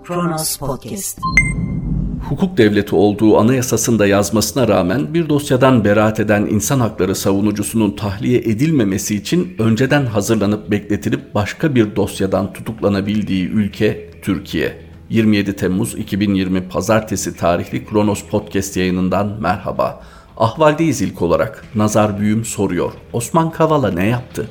Kronos Podcast. Hukuk devleti olduğu anayasasında yazmasına rağmen bir dosyadan beraat eden insan hakları savunucusunun tahliye edilmemesi için önceden hazırlanıp bekletilip başka bir dosyadan tutuklanabildiği ülke Türkiye. 27 Temmuz 2020 Pazartesi tarihli Kronos Podcast yayınından merhaba. Ahvaldeyiz ilk olarak. Nazar Büyüm soruyor. Osman Kavala ne yaptı?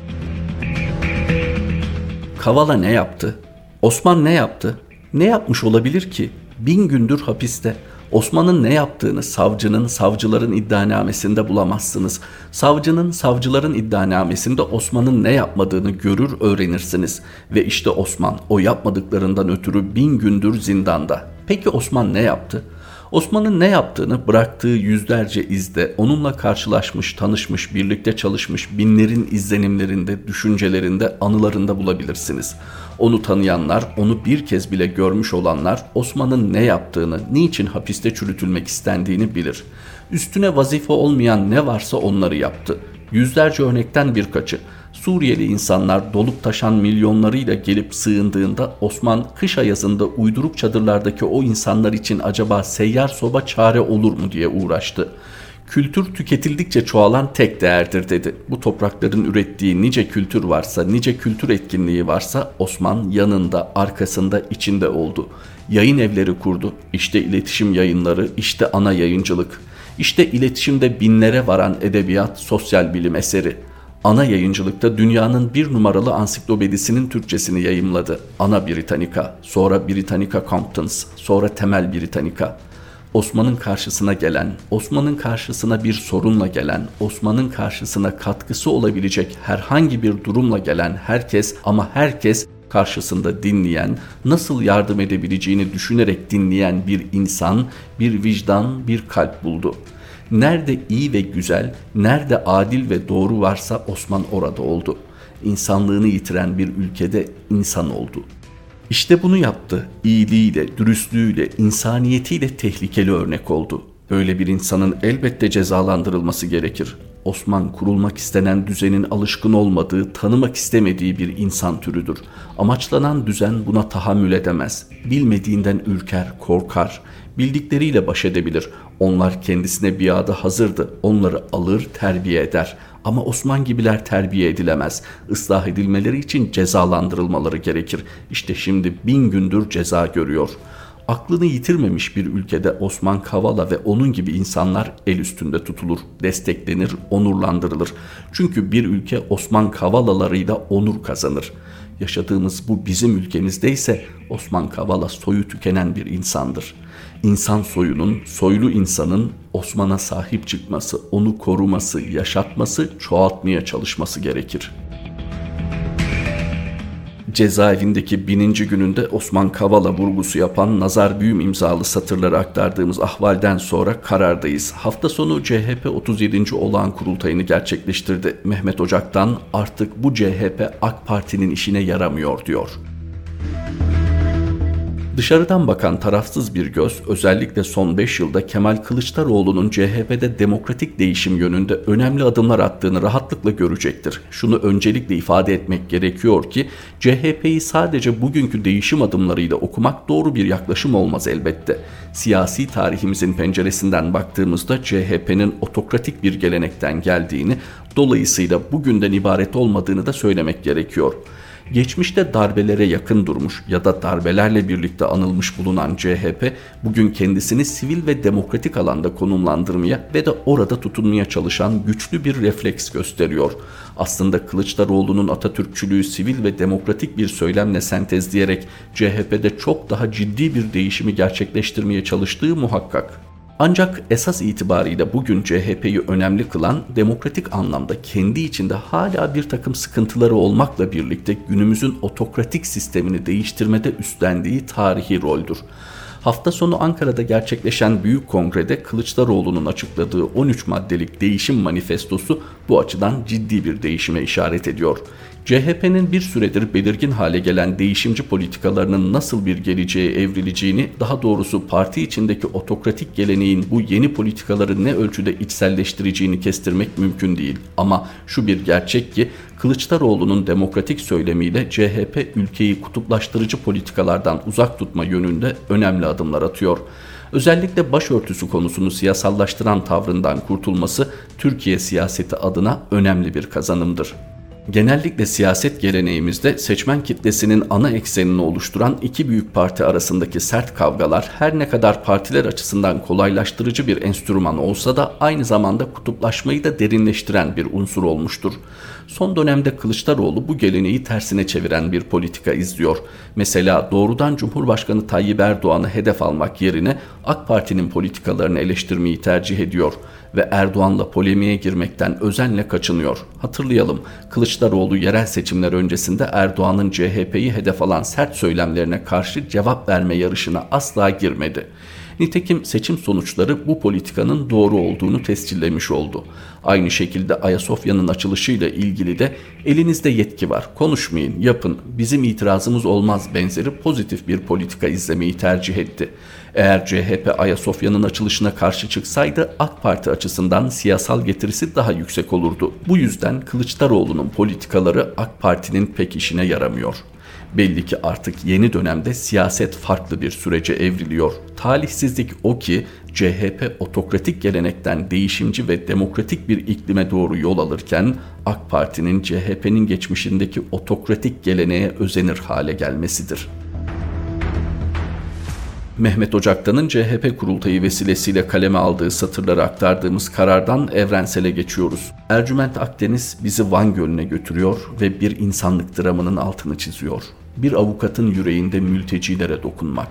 Kavala ne yaptı? Osman ne yaptı? Ne yapmış olabilir ki? 1000 gündür hapiste. Osman'ın ne yaptığını savcının, savcıların iddianamesinde bulamazsınız. Savcının, savcıların iddianamesinde Osman'ın ne yapmadığını görür öğrenirsiniz. Ve işte Osman o yapmadıklarından ötürü 1000 gündür zindanda. Peki Osman ne yaptı? Osman'ın ne yaptığını bıraktığı yüzlerce izde, onunla karşılaşmış, tanışmış, birlikte çalışmış binlerin izlenimlerinde, düşüncelerinde, anılarında bulabilirsiniz. Onu tanıyanlar, onu bir kez bile görmüş olanlar Osman'ın ne yaptığını, niçin hapiste çürütülmek istendiğini bilir. Üstüne vazife olmayan ne varsa onları yaptı. Yüzlerce örnekten birkaçı. Suriyeli insanlar dolup taşan milyonlarıyla gelip sığındığında Osman kış ayazında uyduruk çadırlardaki o insanlar için acaba seyyar soba çare olur mu diye uğraştı. Kültür tüketildikçe çoğalan tek değerdir dedi. Bu toprakların ürettiği nice kültür varsa, nice kültür etkinliği varsa Osman yanında, arkasında, içinde oldu. Yayın evleri kurdu. İşte iletişim yayınları, işte ana yayıncılık. İşte iletişimde binlere varan edebiyat, sosyal bilim eseri. Ana yayıncılıkta dünyanın bir numaralı ansiklopedisinin Türkçesini yayımladı. Ana Britannica, sonra Britannica Comptons, sonra Temel Britannica. Osman'ın karşısına gelen, Osman'ın karşısına bir sorunla gelen, Osman'ın karşısına katkısı olabilecek herhangi bir durumla gelen herkes ama herkes karşısında dinleyen, nasıl yardım edebileceğini düşünerek dinleyen bir insan, bir vicdan, bir kalp buldu. Nerede iyi ve güzel, nerede adil ve doğru varsa Osman orada oldu. İnsanlığını yitiren bir ülkede insan oldu. İşte bunu yaptı. İyiliğiyle, dürüstlüğüyle, insaniyetiyle tehlikeli örnek oldu. Böyle bir insanın elbette cezalandırılması gerekir. Osman kurulmak istenen düzenin alışkın olmadığı, tanımak istemediği bir insan türüdür. Amaçlanan düzen buna tahammül edemez. Bilmediğinden ürker, korkar. Bildikleriyle baş edebilir. Onlar kendisine biada hazırdı. Onları alır, terbiye eder. Ama Osman gibiler terbiye edilemez. Islah edilmeleri için cezalandırılmaları gerekir. İşte şimdi 1000 gündür ceza görüyor. Aklını yitirmemiş bir ülkede Osman Kavala ve onun gibi insanlar el üstünde tutulur, desteklenir, onurlandırılır. Çünkü bir ülke Osman Kavalalarıyla onur kazanır. Yaşadığımız bu bizim ülkemizde ise Osman Kavala soyu tükenen bir insandır. İnsan soyunun, soylu insanın Osman'a sahip çıkması, onu koruması, yaşatması, çoğaltmaya çalışması gerekir. Cezaevindeki 1000. gününde Osman Kavala vurgusu yapan Nazar Büyüm imzalı satırları aktardığımız ahvalden sonra karardayız. Hafta sonu CHP 37. olağan kurultayını gerçekleştirdi. Mehmet Ocak'tan artık bu CHP AK Parti'nin işine yaramıyor diyor. Dışarıdan bakan tarafsız bir göz özellikle son 5 yılda Kemal Kılıçdaroğlu'nun CHP'de demokratik değişim yönünde önemli adımlar attığını rahatlıkla görecektir. Şunu öncelikle ifade etmek gerekiyor ki CHP'yi sadece bugünkü değişim adımlarıyla okumak doğru bir yaklaşım olmaz elbette. Siyasi tarihimizin penceresinden baktığımızda CHP'nin otokratik bir gelenekten geldiğini, dolayısıyla bugünden ibaret olmadığını da söylemek gerekiyor. Geçmişte darbelere yakın durmuş ya da darbelerle birlikte anılmış bulunan CHP bugün kendisini sivil ve demokratik alanda konumlandırmaya ve de orada tutunmaya çalışan güçlü bir refleks gösteriyor. Aslında Kılıçdaroğlu'nun Atatürkçülüğü sivil ve demokratik bir söylemle sentezleyerek CHP'de çok daha ciddi bir değişimi gerçekleştirmeye çalıştığı muhakkak. Ancak esas itibariyle bugün CHP'yi önemli kılan demokratik anlamda kendi içinde hala bir takım sıkıntıları olmakla birlikte günümüzün otokratik sistemini değiştirmede üstlendiği tarihi roldür. Hafta sonu Ankara'da gerçekleşen Büyük Kongre'de Kılıçdaroğlu'nun açıkladığı 13 maddelik değişim manifestosu bu açıdan ciddi bir değişime işaret ediyor. CHP'nin bir süredir belirgin hale gelen değişimci politikalarının nasıl bir geleceğe evrileceğini, daha doğrusu parti içindeki otokratik geleneğin bu yeni politikaları ne ölçüde içselleştireceğini kestirmek mümkün değil. Ama şu bir gerçek ki Kılıçdaroğlu'nun demokratik söylemiyle CHP ülkeyi kutuplaştırıcı politikalardan uzak tutma yönünde önemli adımlar atıyor. Özellikle başörtüsü konusunu siyasallaştıran tavrından kurtulması Türkiye siyaseti adına önemli bir kazanımdır. Genellikle siyaset geleneğimizde seçmen kitlesinin ana eksenini oluşturan iki büyük parti arasındaki sert kavgalar her ne kadar partiler açısından kolaylaştırıcı bir enstrüman olsa da aynı zamanda kutuplaşmayı da derinleştiren bir unsur olmuştur. Son dönemde Kılıçdaroğlu bu geleneği tersine çeviren bir politika izliyor. Mesela doğrudan Cumhurbaşkanı Tayyip Erdoğan'ı hedef almak yerine AK Parti'nin politikalarını eleştirmeyi tercih ediyor ve Erdoğan'la polemiğe girmekten özenle kaçınıyor. Hatırlayalım, Kılıçdaroğlu yerel seçimler öncesinde Erdoğan'ın CHP'yi hedef alan sert söylemlerine karşı cevap verme yarışına asla girmedi. Nitekim seçim sonuçları bu politikanın doğru olduğunu tescillemiş oldu. Aynı şekilde Ayasofya'nın açılışıyla ilgili de elinizde yetki var, konuşmayın, yapın, bizim itirazımız olmaz benzeri pozitif bir politika izlemeyi tercih etti. Eğer CHP Ayasofya'nın açılışına karşı çıksaydı AK Parti açısından siyasal getirisi daha yüksek olurdu. Bu yüzden Kılıçdaroğlu'nun politikaları AK Parti'nin pek işine yaramıyor. Belli ki artık yeni dönemde siyaset farklı bir sürece evriliyor. Talihsizlik o ki CHP otokratik gelenekten değişimci ve demokratik bir iklime doğru yol alırken AK Parti'nin CHP'nin geçmişindeki otokratik geleneğe özenir hale gelmesidir. Mehmet Ocaktan'ın CHP kurultayı vesilesiyle kaleme aldığı satırları aktardığımız karardan Evrensel'e geçiyoruz. Ercüment Akdeniz bizi Van Gölü'ne götürüyor ve bir insanlık dramının altını çiziyor. Bir avukatın yüreğinde mültecilere dokunmak.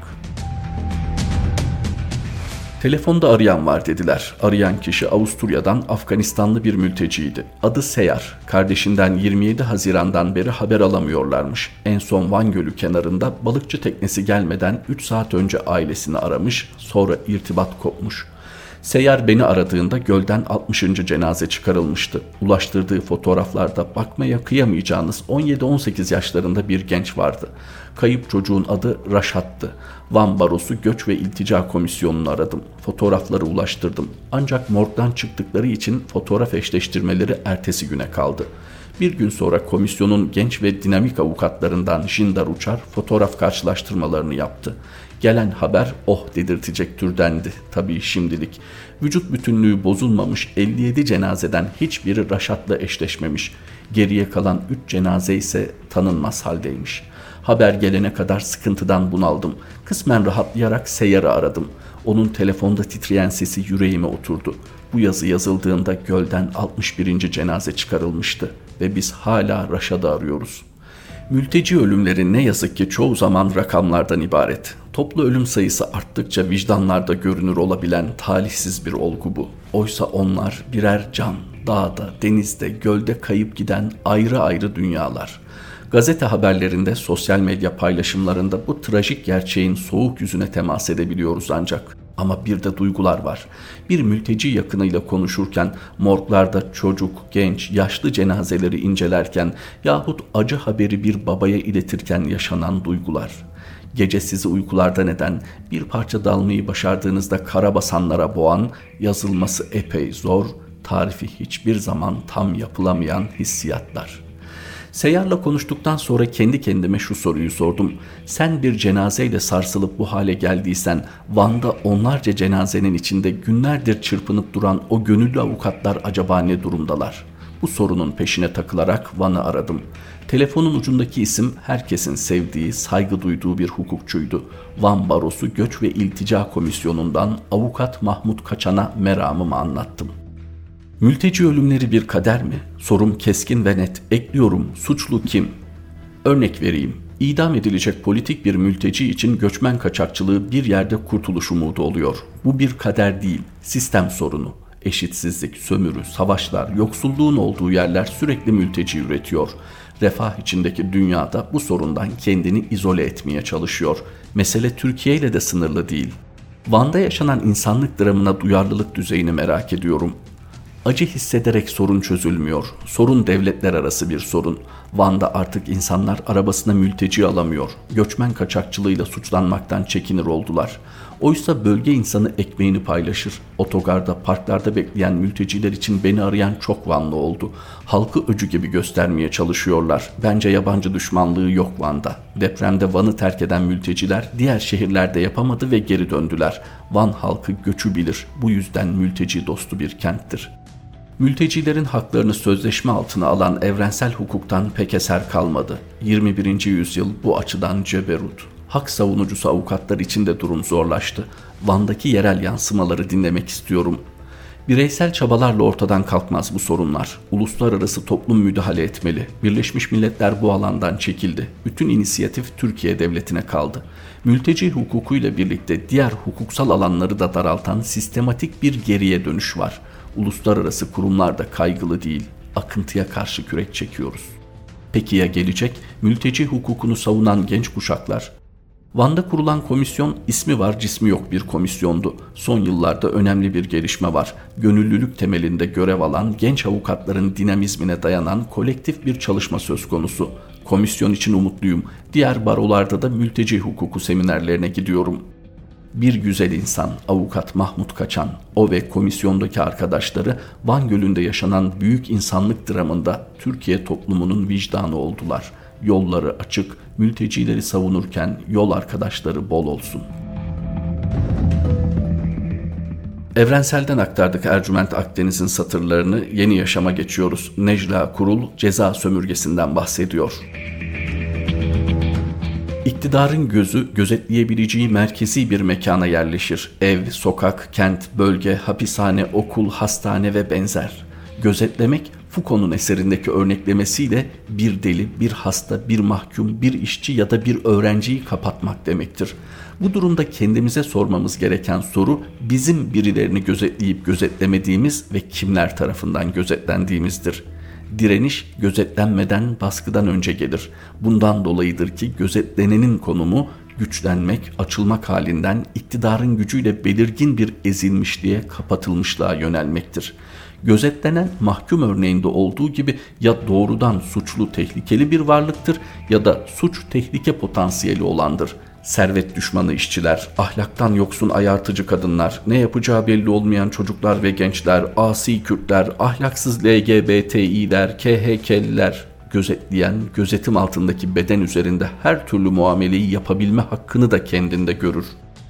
Telefonda arayan var dediler. Arayan kişi Avusturya'dan Afganistanlı bir mülteciydi. Adı Seyar. Kardeşinden 27 Haziran'dan beri haber alamıyorlarmış. En son Van Gölü kenarında balıkçı teknesi gelmeden 3 saat önce ailesini aramış, sonra irtibat kopmuş. Seyyar beni aradığında gölden 60. cenaze çıkarılmıştı. Ulaştırdığı fotoğraflarda bakmaya kıyamayacağınız 17-18 yaşlarında bir genç vardı. Kayıp çocuğun adı Raşat'tı. Van Barosu Göç ve İltica Komisyonu'nu aradım. Fotoğrafları ulaştırdım. Ancak morgdan çıktıkları için fotoğraf eşleştirmeleri ertesi güne kaldı. Bir gün sonra komisyonun genç ve dinamik avukatlarından Jindar Uçar fotoğraf karşılaştırmalarını yaptı. Gelen haber oh dedirtecek türdendi tabii şimdilik. Vücut bütünlüğü bozulmamış 57 cenazeden hiçbiri Raşat'la eşleşmemiş. Geriye kalan 3 cenaze ise tanınmaz haldeymiş. Haber gelene kadar sıkıntıdan bunaldım. Kısmen rahatlayarak Seyyar'ı aradım. Onun telefonda titreyen sesi yüreğime oturdu. Bu yazı yazıldığında gölden 61. cenaze çıkarılmıştı ve biz hala Raşat'ı arıyoruz. Mülteci ölümleri ne yazık ki çoğu zaman rakamlardan ibaret. Toplu ölüm sayısı arttıkça vicdanlarda görünür olabilen talihsiz bir olgu bu. Oysa onlar birer can, dağda, denizde, gölde kayıp giden ayrı ayrı dünyalar. Gazete haberlerinde, sosyal medya paylaşımlarında bu trajik gerçeğin soğuk yüzüne temas edebiliyoruz ancak. Ama bir de duygular var. Bir mülteci yakınıyla konuşurken, morglarda çocuk, genç, yaşlı cenazeleri incelerken yahut acı haberi bir babaya iletirken yaşanan duygular. Gece sizi uykulardan eden, bir parça dalmayı başardığınızda kara basanlara boğan, yazılması epey zor, tarifi hiçbir zaman tam yapılamayan hissiyatlar. Seyyar'la konuştuktan sonra kendi kendime şu soruyu sordum. Sen bir cenazeyle sarsılıp bu hale geldiysen, Van'da onlarca cenazenin içinde günlerdir çırpınıp duran o gönüllü avukatlar acaba ne durumdalar? Bu sorunun peşine takılarak Van'ı aradım. Telefonun ucundaki isim herkesin sevdiği, saygı duyduğu bir hukukçuydu. Van Barosu Göç ve İltica Komisyonu'ndan Avukat Mahmut Kaçan'a meramımı anlattım. Mülteci ölümleri bir kader mi? Sorum keskin ve net. Ekliyorum, suçlu kim? Örnek vereyim. İdam edilecek politik bir mülteci için göçmen kaçakçılığı bir yerde kurtuluş umudu oluyor. Bu bir kader değil, sistem sorunu. Eşitsizlik, sömürü, savaşlar, yoksulluğun olduğu yerler sürekli mülteci üretiyor. Refah içindeki dünyada bu sorundan kendini izole etmeye çalışıyor. Mesele Türkiye ile de sınırlı değil. Van'da yaşanan insanlık dramına duyarlılık düzeyini merak ediyorum. Acı hissederek sorun çözülmüyor. Sorun devletler arası bir sorun. Van'da artık insanlar arabasına mülteci alamıyor. Göçmen kaçakçılığıyla suçlanmaktan çekinir oldular. Oysa bölge insanı ekmeğini paylaşır. Otogarda, parklarda bekleyen mülteciler için beni arayan çok Vanlı oldu. Halkı öcü gibi göstermeye çalışıyorlar. Bence yabancı düşmanlığı yok Van'da. Depremde Van'ı terk eden mülteciler diğer şehirlerde yapamadı ve geri döndüler. Van halkı göçü bilir. Bu yüzden mülteci dostu bir kenttir. Mültecilerin haklarını sözleşme altına alan evrensel hukuktan pek eser kalmadı. 21. yüzyıl bu açıdan ceberut. Hak savunucusu avukatlar için de durum zorlaştı. Van'daki yerel yansımaları dinlemek istiyorum. Bireysel çabalarla ortadan kalkmaz bu sorunlar. Uluslararası toplum müdahale etmeli. Birleşmiş Milletler bu alandan çekildi. Bütün inisiyatif Türkiye devletine kaldı. Mülteci hukukuyla birlikte diğer hukuksal alanları da daraltan sistematik bir geriye dönüş var. Uluslararası kurumlar da kaygılı değil. Akıntıya karşı kürek çekiyoruz. Peki ya gelecek? Mülteci hukukunu savunan genç kuşaklar? Van'da kurulan komisyon ismi var cismi yok bir komisyondu. Son yıllarda önemli bir gelişme var. Gönüllülük temelinde görev alan genç avukatların dinamizmine dayanan kolektif bir çalışma söz konusu. Komisyon için umutluyum. Diğer barolarda da mülteci hukuku seminerlerine gidiyorum. Bir güzel insan, avukat Mahmut Kaçan, o ve komisyondaki arkadaşları Van Gölü'nde yaşanan büyük insanlık dramında Türkiye toplumunun vicdanı oldular. Yolları açık, mültecileri savunurken yol arkadaşları bol olsun. Evrensel'den aktardık Ercüment Akdeniz'in satırlarını, Yeni Yaşam'a geçiyoruz. Necla Kurul ceza sömürgesinden bahsediyor. İktidarın gözü gözetleyebileceği merkezi bir mekana yerleşir. Ev, sokak, kent, bölge, hapishane, okul, hastane ve benzer. Gözetlemek Foucault'un eserindeki örneklemesiyle bir deli, bir hasta, bir mahkum, bir işçi ya da bir öğrenciyi kapatmak demektir. Bu durumda kendimize sormamız gereken soru bizim birilerini gözetleyip gözetlemediğimiz ve kimler tarafından gözetlendiğimizdir. Direniş gözetlenmeden, baskıdan önce gelir. Bundan dolayıdır ki gözetlenenin konumu güçlenmek, açılmak halinden iktidarın gücüyle belirgin bir ezilmişliğe, kapatılmışlığa yönelmektir. Gözetlenen mahkum örneğinde olduğu gibi ya doğrudan suçlu, tehlikeli bir varlıktır ya da suç tehlike potansiyeli olandır. Servet düşmanı işçiler, ahlaktan yoksun ayartıcı kadınlar, ne yapacağı belli olmayan çocuklar ve gençler, asi Kürtler, ahlaksız LGBTİ'ler, KHK'liler, gözetleyen, gözetim altındaki beden üzerinde her türlü muameleyi yapabilme hakkını da kendinde görür.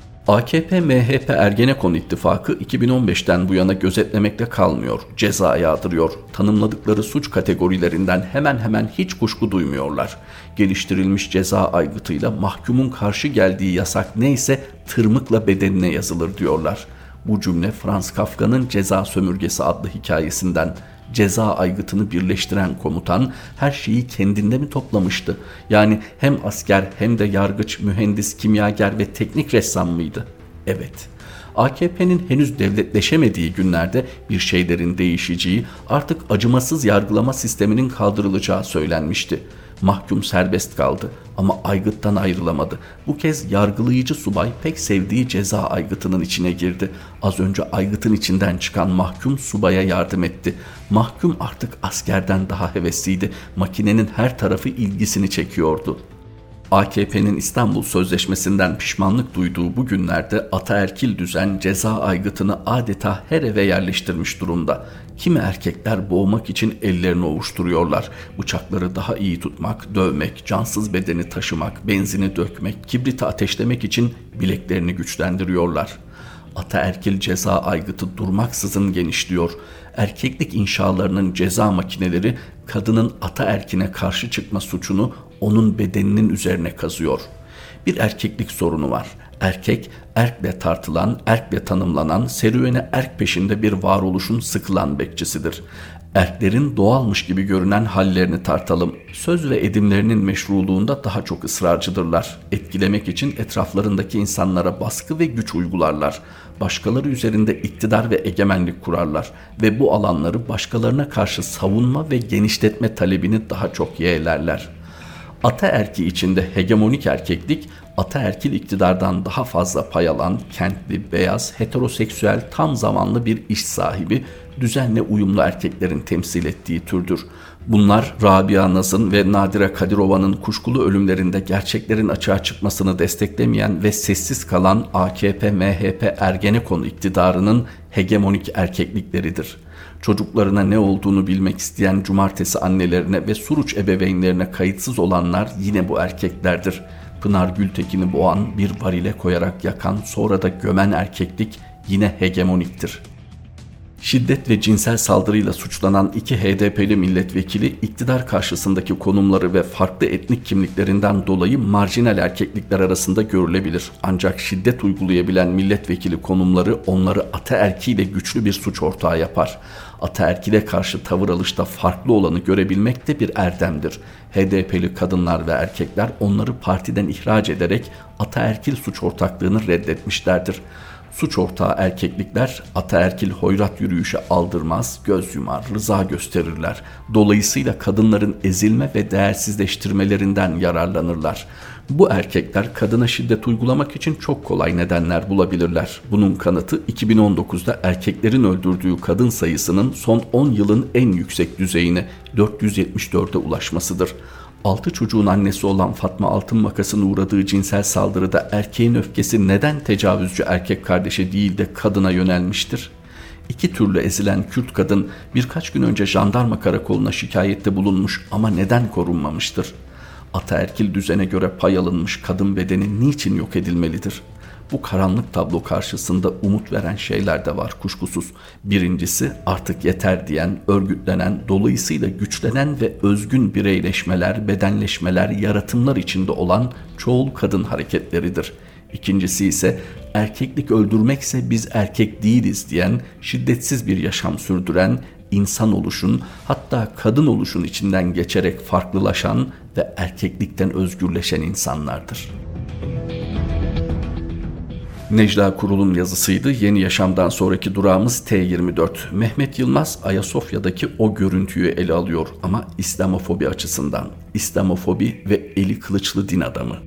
AKP-MHP Ergenekon ittifakı 2015'ten bu yana gözetlemekle kalmıyor, ceza yağdırıyor. Tanımladıkları suç kategorilerinden hemen hemen hiç kuşku duymuyorlar. Geliştirilmiş ceza aygıtıyla mahkumun karşı geldiği yasak neyse tırmıkla bedenine yazılır diyorlar. Bu cümle Franz Kafka'nın Ceza Sömürgesi adlı hikayesinden. Ceza aygıtını birleştiren komutan her şeyi kendinde mi toplamıştı? Yani hem asker hem de yargıç, mühendis, kimyager ve teknik ressam mıydı? Evet. AKP'nin henüz devletleşemediği günlerde bir şeylerin değişeceği, artık acımasız yargılama sisteminin kaldırılacağı söylenmişti. Mahkum serbest kaldı ama aygıttan ayrılamadı. Bu kez yargılayıcı subay pek sevdiği ceza aygıtının içine girdi. Az önce aygıtın içinden çıkan mahkum subaya yardım etti. Mahkum artık askerden daha hevesliydi. Makinenin her tarafı ilgisini çekiyordu. AKP'nin İstanbul Sözleşmesi'nden pişmanlık duyduğu bu günlerde ataerkil düzen ceza aygıtını adeta her eve yerleştirmiş durumda. Kimi erkekler boğmak için ellerini ovuşturuyorlar. Bıçakları daha iyi tutmak, dövmek, cansız bedeni taşımak, benzini dökmek, kibriti ateşlemek için bileklerini güçlendiriyorlar. Ataerkil ceza aygıtı durmaksızın genişliyor. Erkeklik inşalarının ceza makineleri kadının ataerkine karşı çıkma suçunu onun bedeninin üzerine kazıyor. Bir erkeklik sorunu var. Erkek, erkle tartılan, erkle tanımlanan, serüvene erk peşinde bir varoluşun sıkılan bekçisidir. Erklerin doğalmış gibi görünen hallerini tartalım. Söz ve edimlerinin meşruluğunda daha çok ısrarcıdırlar. Etkilemek için etraflarındaki insanlara baskı ve güç uygularlar. Başkaları üzerinde iktidar ve egemenlik kurarlar ve bu alanları başkalarına karşı savunma ve genişletme talebini daha çok yeğlerler. Ataerki içinde hegemonik erkeklik, ataerkil iktidardan daha fazla pay alan, kentli, beyaz, heteroseksüel, tam zamanlı bir iş sahibi, düzenle uyumlu erkeklerin temsil ettiği türdür. Bunlar Rabia Naz'ın ve Nadire Kadirova'nın kuşkulu ölümlerinde gerçeklerin açığa çıkmasını desteklemeyen ve sessiz kalan AKP, MHP, Ergenekon iktidarının hegemonik erkeklikleridir. Çocuklarına ne olduğunu bilmek isteyen cumartesi annelerine ve Suruç ebeveynlerine kayıtsız olanlar yine bu erkeklerdir. Pınar Gültekin'i boğan, bir varile koyarak yakan, sonra da gömen erkeklik yine hegemoniktir. Şiddet ve cinsel saldırıyla suçlanan iki HDP'li milletvekili iktidar karşısındaki konumları ve farklı etnik kimliklerinden dolayı marjinal erkeklikler arasında görülebilir. Ancak şiddet uygulayabilen milletvekili konumları onları ataerkiyle güçlü bir suç ortağı yapar. Ataerkile karşı tavır alışta farklı olanı görebilmek de bir erdemdir. HDP'li kadınlar ve erkekler onları partiden ihraç ederek ataerkil suç ortaklığını reddetmişlerdir. Suç ortağı erkeklikler ataerkil hoyrat yürüyüşe aldırmaz, göz yumar, rıza gösterirler. Dolayısıyla kadınların ezilme ve değersizleştirmelerinden yararlanırlar. Bu erkekler kadına şiddet uygulamak için çok kolay nedenler bulabilirler. Bunun kanıtı 2019'da erkeklerin öldürdüğü kadın sayısının son 10 yılın en yüksek düzeyine 474'e ulaşmasıdır. 6 çocuğun annesi olan Fatma Altınmakas'ın uğradığı cinsel saldırıda erkeğin öfkesi neden tecavüzcü erkek kardeşe değil de kadına yönelmiştir? 2 türlü ezilen Kürt kadın birkaç gün önce jandarma karakoluna şikayette bulunmuş ama neden korunmamıştır? Ataerkil düzene göre pay alınmış kadın bedeni niçin yok edilmelidir? Bu karanlık tablo karşısında umut veren şeyler de var kuşkusuz. Birincisi, artık yeter diyen, örgütlenen, dolayısıyla güçlenen ve özgün bireyleşmeler, bedenleşmeler, yaratımlar içinde olan çoğul kadın hareketleridir. İkincisi ise erkeklik öldürmekse biz erkek değiliz diyen, şiddetsiz bir yaşam sürdüren, insan oluşun, hatta kadın oluşun içinden geçerek farklılaşan ve erkeklikten özgürleşen insanlardır. Necla Kurul'un yazısıydı. Yeni Yaşam'dan sonraki durağımız T24. Mehmet Yılmaz Ayasofya'daki o görüntüyü ele alıyor ama İslamofobi açısından. İslamofobi ve eli kılıçlı din adamı.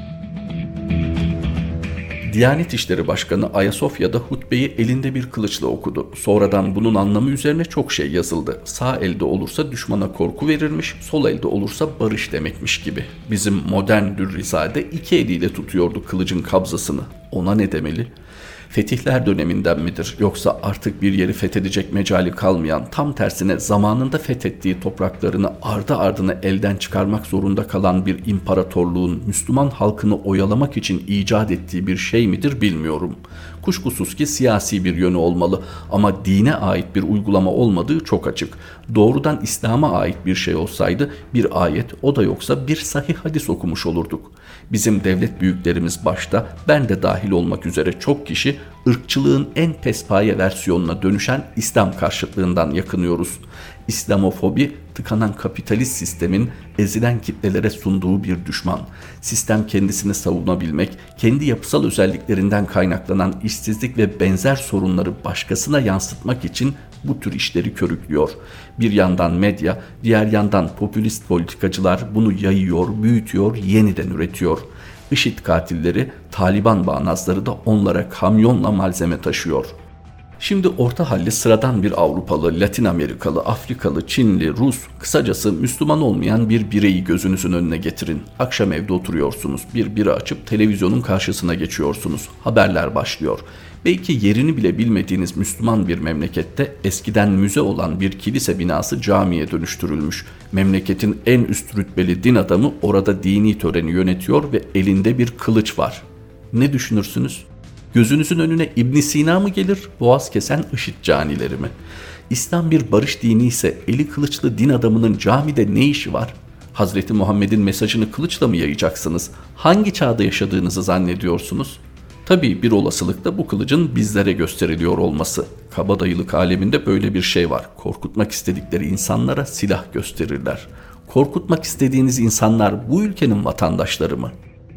Diyanet İşleri Başkanı Ayasofya'da hutbeyi elinde bir kılıçla okudu. Sonradan bunun anlamı üzerine çok şey yazıldı. Sağ elde olursa düşmana korku verirmiş, sol elde olursa barış demekmiş gibi. Bizim modern Dürrizade 2 eliyle tutuyordu kılıcın kabzasını. Ona ne demeli? Fetihler döneminden midir, yoksa artık bir yeri fethedecek mecali kalmayan, tam tersine zamanında fethettiği topraklarını ardı ardına elden çıkarmak zorunda kalan bir imparatorluğun Müslüman halkını oyalamak için icat ettiği bir şey midir bilmiyorum. Kuşkusuz ki siyasi bir yönü olmalı ama dine ait bir uygulama olmadığı çok açık. Doğrudan İslam'a ait bir şey olsaydı bir ayet, o da yoksa bir sahih hadis okumuş olurduk. Bizim devlet büyüklerimiz başta, ben de dahil olmak üzere çok kişi ırkçılığın en pespaye versiyonuna dönüşen İslam karşıtlığından yakınıyoruz. İslamofobi, tıkanan kapitalist sistemin ezilen kitlelere sunduğu bir düşman. Sistem kendisini savunabilmek, kendi yapısal özelliklerinden kaynaklanan işsizlik ve benzer sorunları başkasına yansıtmak için bu tür işleri körüklüyor. Bir yandan medya, diğer yandan popülist politikacılar bunu yayıyor, büyütüyor, yeniden üretiyor. IŞİD katilleri, Taliban bağnazları da onlara kamyonla malzeme taşıyor. Şimdi orta halli sıradan bir Avrupalı, Latin Amerikalı, Afrikalı, Çinli, Rus, kısacası Müslüman olmayan bir bireyi gözünüzün önüne getirin. Akşam evde oturuyorsunuz, bir bira açıp televizyonun karşısına geçiyorsunuz. Haberler başlıyor. Belki yerini bile bilmediğiniz Müslüman bir memlekette eskiden müze olan bir kilise binası camiye dönüştürülmüş. Memleketin en üst rütbeli din adamı orada dini töreni yönetiyor ve elinde bir kılıç var. Ne düşünürsünüz? Gözünüzün önüne İbn Sina mı gelir, boğaz kesen IŞİD canileri mi? İslam bir barış dini ise eli kılıçlı din adamının camide ne işi var? Hazreti Muhammed'in mesajını kılıçla mı yayacaksınız? Hangi çağda yaşadığınızı zannediyorsunuz? Tabii bir olasılıkla bu kılıcın bizlere gösteriliyor olması. Kabadayılık aleminde böyle bir şey var. Korkutmak istedikleri insanlara silah gösterirler. Korkutmak istediğiniz insanlar bu ülkenin vatandaşları mı?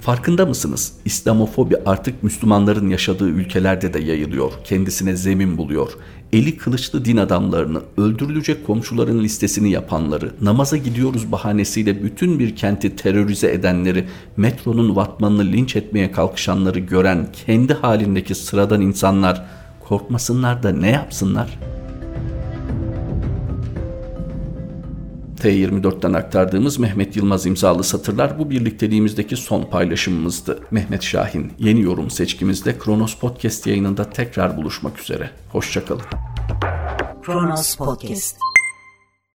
Farkında mısınız? İslamofobi artık Müslümanların yaşadığı ülkelerde de yayılıyor. Kendisine zemin buluyor. Eli kılıçlı din adamlarını, öldürülecek komşuların listesini yapanları, namaza gidiyoruz bahanesiyle bütün bir kenti terörize edenleri, metronun vatmanını linç etmeye kalkışanları gören kendi halindeki sıradan insanlar korkmasınlar da ne yapsınlar? T24'ten aktardığımız Mehmet Yılmaz imzalı satırlar bu birlikteliğimizdeki son paylaşımımızdı. Mehmet Şahin yeni yorum seçkimizde Kronos Podcast yayınında tekrar buluşmak üzere. Hoşçakalın. Kronos Podcast.